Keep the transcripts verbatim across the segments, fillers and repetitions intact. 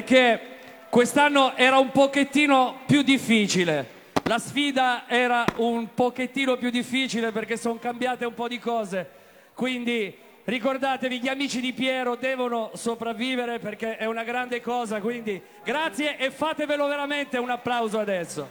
Che quest'anno era un pochettino più difficile. La sfida era un pochettino più difficile perché sono cambiate un po' di cose. Quindi ricordatevi, gli amici di Piero devono sopravvivere perché è una grande cosa. Quindi grazie e fatevelo veramente un applauso adesso.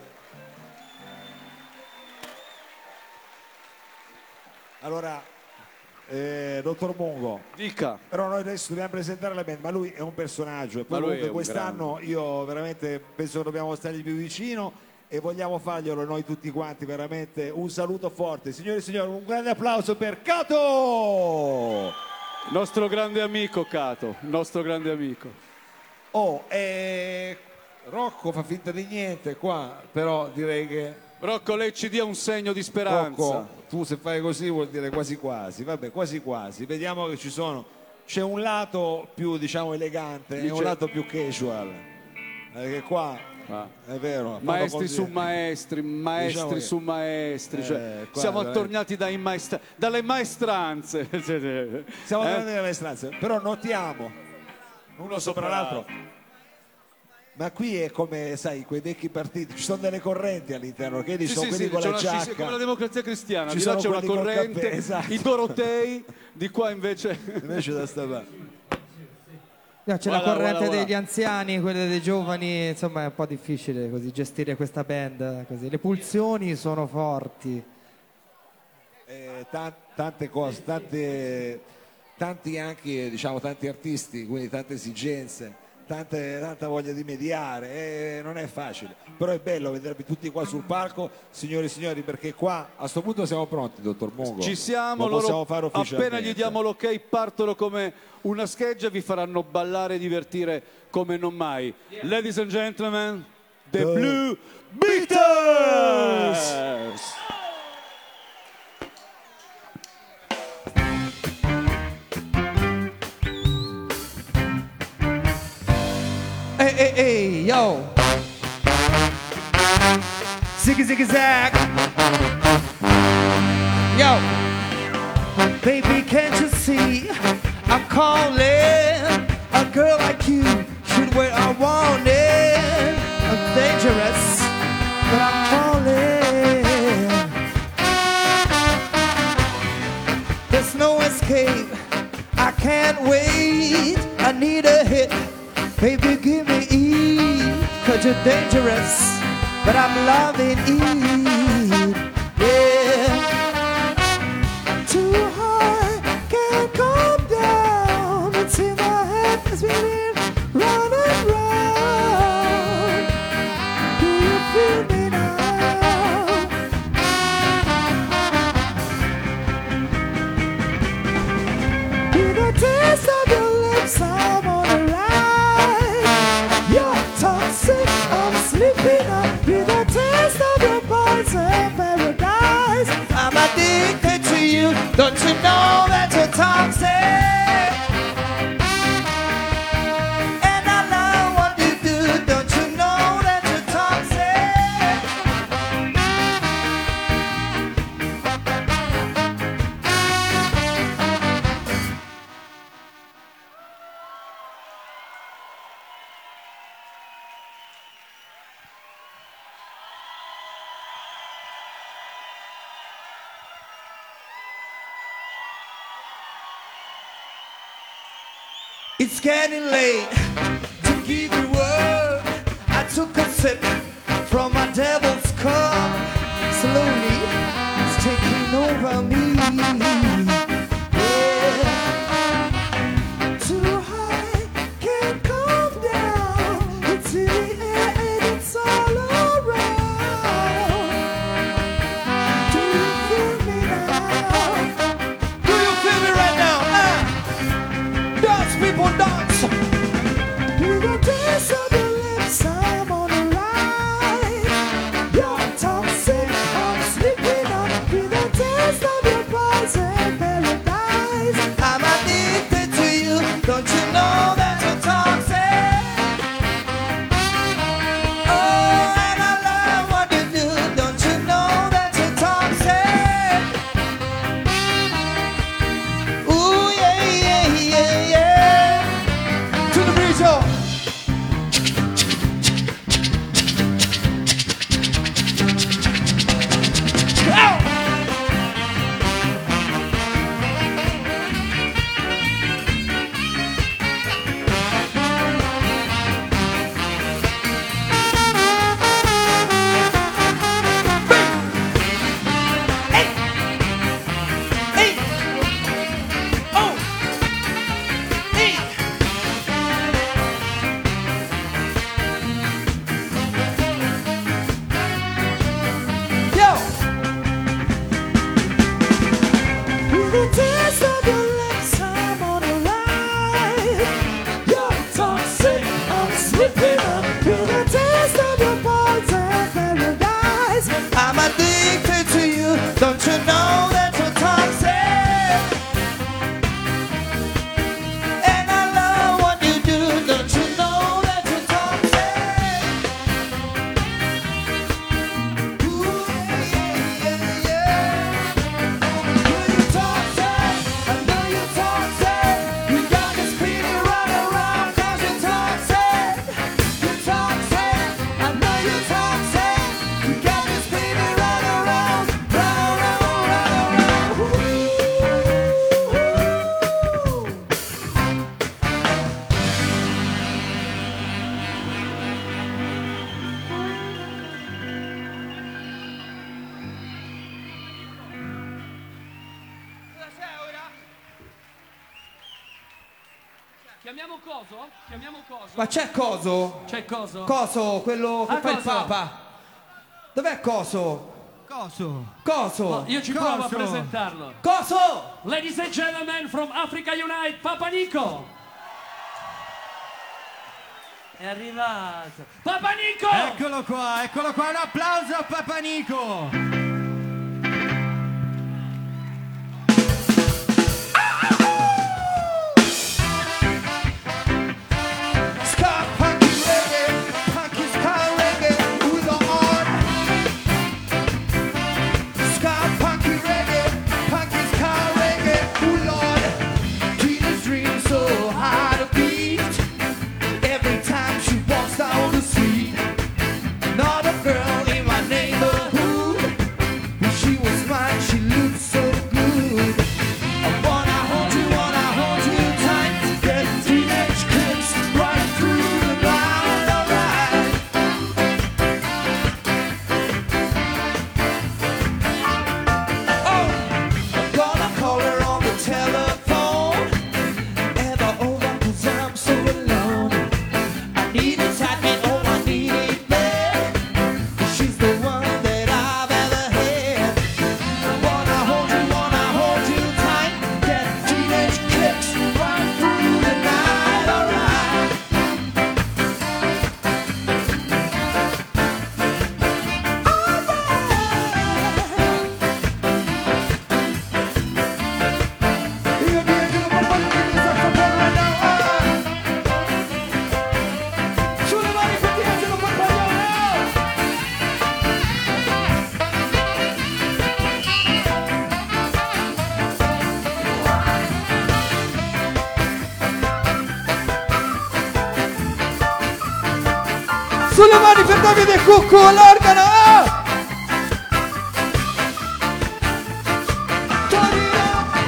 Allora, eh, dottor Mungo, dica. Però noi adesso dobbiamo presentare la band, ma lui è un personaggio e poi comunque quest'anno io veramente penso che dobbiamo stargli più vicino e vogliamo farglielo noi tutti quanti, veramente un saluto forte. Signore e signori, un grande applauso per Cato! Il nostro grande amico Cato, il nostro grande amico. Oh, e Rocco fa finta di niente qua, però direi che... Rocco, lei ci dia un segno di speranza. Rocco, tu se fai così vuol dire quasi quasi, vabbè, quasi quasi. Vediamo che ci sono, c'è un lato più, diciamo, elegante e un lato più casual. Perché qua... Ah. È vero, maestri su maestri, maestri diciamo che... su maestri, cioè, eh, qua, siamo attorniati dai maestra... dalle maestranze. Siamo eh? attorniati dalle maestranze, però notiamo uno, uno sopra l'altro. Ma qui è come, sai, quei vecchi partiti, ci sono delle correnti all'interno, che sì, sono sì, quelli sì, con la giacca. È come la democrazia cristiana, ci di là c'è una corrente, cappè, esatto. I Dorotei, di qua invece... invece da sta parte. No, c'è voilà, la corrente voilà, degli voilà. anziani, quelle dei giovani, insomma è un po' difficile così gestire questa band così. Le pulsioni sono forti. Eh, tante cose, tante, tanti anche, diciamo, tanti artisti, quindi tante esigenze, tante, tanta voglia di mediare, eh, non è facile, però è bello vedervi tutti qua sul palco, signori e signori, perché qua a sto punto siamo pronti, dottor Mungo. Ci siamo, lo possiamo loro fare ufficialmente. Appena gli diamo l'ok partono come una scheggia, vi faranno ballare e divertire come non mai. Yeah. Ladies and gentlemen, the, the Blue Beaters! Hey, hey, hey, yo! Ziggy, ziggy, zag! Yo! Baby, can't you see I'm calling? A girl like you should where I want it. I'm dangerous, but I'm falling. There's no escape, I can't wait. I need a hit. Baby, give me E, cause you're dangerous, but I'm loving E, yeah. Too high, can't come down, it's in my head, it's spinning round and round. Do you feel me now? With the taste of your lips, I'm on the ride. You're toxic, I'm sleeping up with the taste of your poison paradise. I'm addicted to you, don't you know that you're toxic? And I love what you do, don't you know that you're toxic? It's getting late to give you word. I took a sip from my devil's cup. Slowly, it's taking over me. Yeah. Too high, can't come down. It's in the air and it's all around. Do you feel me now? Do you feel me right now? Ah. Dance, people, dance. slipping up to the taste of your poison paradise. I'm addicted to you, don't you know that you're toxic? And I love what you do, don't you know that you're toxic? Ooh, yeah, yeah, yeah. You're toxic, I know you're toxic. You got me spinning round and round 'cause you're toxic. You're toxic, I know you're toxic. You got me spinning round and round, round, round, round, round. Ooh. Chiamiamo Coso? Chiamiamo Coso? Ma c'è Coso? C'è Coso? Coso, quello che Ah, fa il Coso. Papa. Dov'è Coso? Coso? Coso? Io ci provo a Coso. presentarlo. Coso! Ladies and gentlemen from Africa Unite, Papa Nico! È arrivato. Papa Nico! Eccolo qua, eccolo qua, un applauso a Papa Nico! Ska punky reggae, punky ska reggae, ooh Lord. Ska punky reggae, punky ska reggae, ooh Lord. Tina's dream so hard to beat. Every time she walks down the street, not a girl in my neighborhood. When she was mine, she looked so good. I wanna hold you, wanna hold you tight. Get teenage kicks right through the blind, alright. Oh, I'm gonna call her on the telephone. Ever over 'cause I'm so alone. I need it tight, man, oh I need it bad. She's the one that I've ever had. I wanna hold you, wanna hold you tight. Get teenage kicks right through the night, alright. Io ti giuro, papà, che mi sta sapendo now. Sulle mani per D'Angelo Papaglione! Sulle mani per Davide Cucco all'organo! ah! Torino!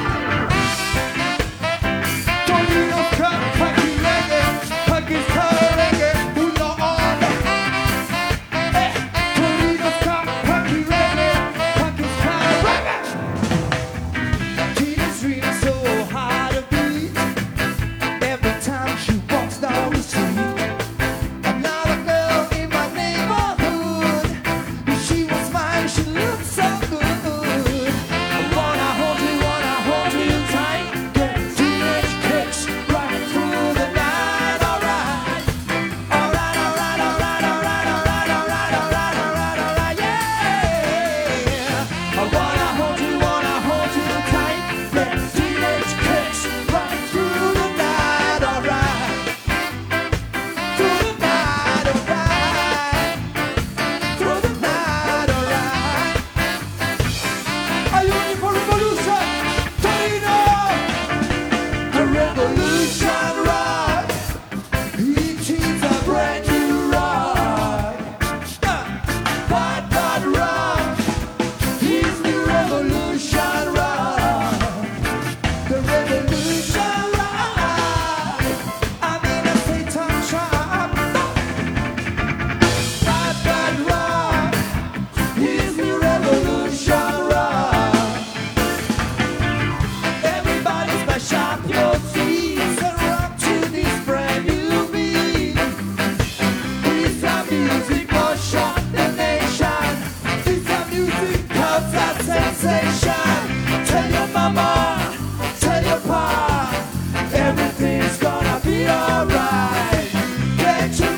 Torino ska punky reggae, punky ska reggae, ooh Lord. Eh, Torino ska punky reggae, punky ska reggae. Tina's dream so hard to beat. Every time she walks down the street. Another girl in my neighborhood. She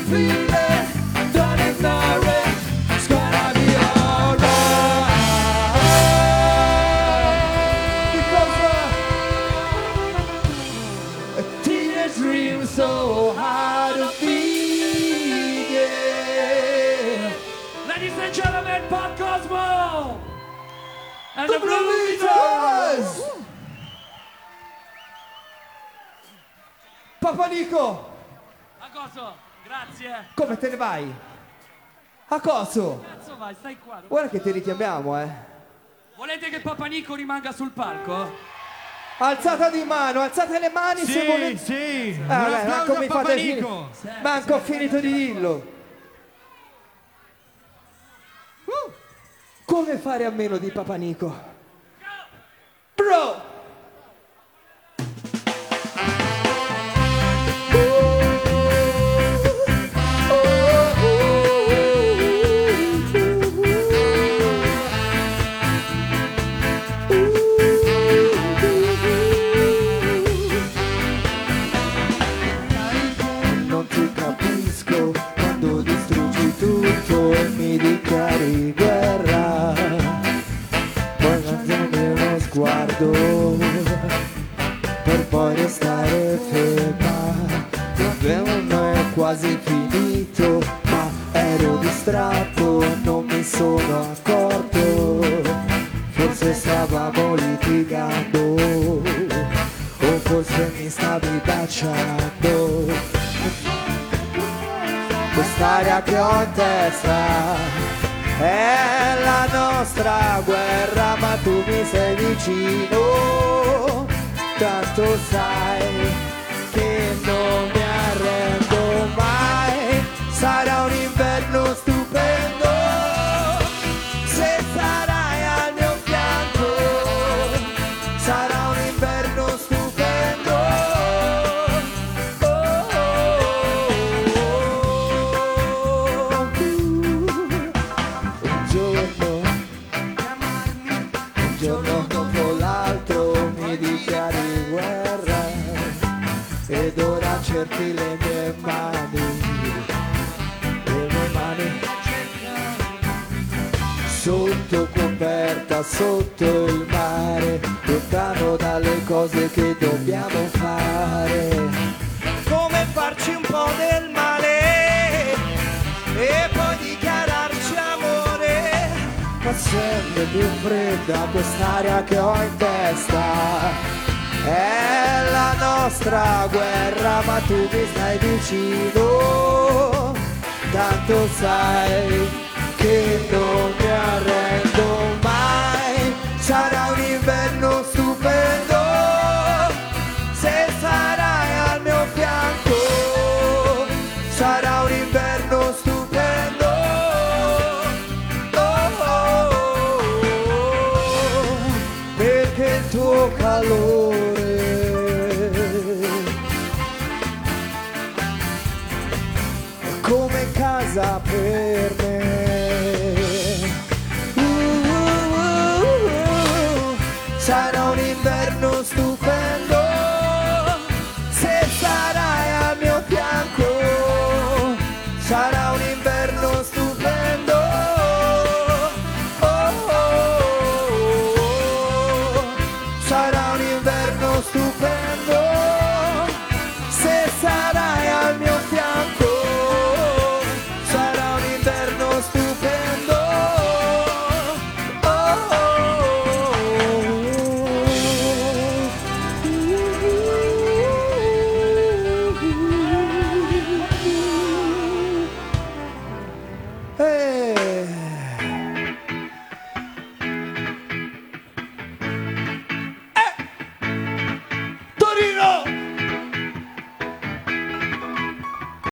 feeling, don't ignore it, it's gonna be alright. Because uh, a teenage dream so hard to feed, yeah. Ladies and gentlemen, Pop Cosmo! And The the Blue Blue Beatles! Beatles! Papa Nico, A coso? Grazie. Come te ne vai? A coso? Cazzo vai, stai qua. Guarda che ti richiamiamo, eh. Volete che Papa Nico rimanga sul palco? Alzata di mano, alzate le mani se Sì, volete. sì. Un Ah, beh, applauso manco a mi Papa fate Nico. finire. Manco ho finito di dirlo. Uh, come fare a meno di Papa Nico? Bro! Non ti capisco quando distruggi tutto e mi dichiari guerra. Poi mangiami uno sguardo per poi restare ferma. L'anno è quasi finito, ma ero distratto, non mi sono accorto. Forse stavamo litigando, o forse mi stavi baciando. Quest'aria che ho in testa è la nostra guerra, ma tu mi sei vicino. Tanto sai che non mi arrendo mai. Sarà un inverno stupendo se sarai al mio fianco. Sarà un inverno stupendo. Oh, oh, oh, oh. Un giorno, un giorno dopo l'altro mi dichiari guerra ed ora cerchi le mie mani, le mie mani sotto coperta, sotto il mare, lontano dalle cose che dobbiamo fare. Come farci un po' del male e poi dichiararci amore. Ma sempre più fredda quest'aria che ho in testa. È la nostra guerra, ma tu mi stai vicino. Tanto sai che non mi arrendo mai. Sarà un inverno stupendo se sarai al mio fianco. Sarà un inverno stupendo. Oh, oh, oh, perché il tuo calore è come casa per me. Uh, uh, uh, uh, sarà un inverno stupendo se sarai al mio fianco. Sarà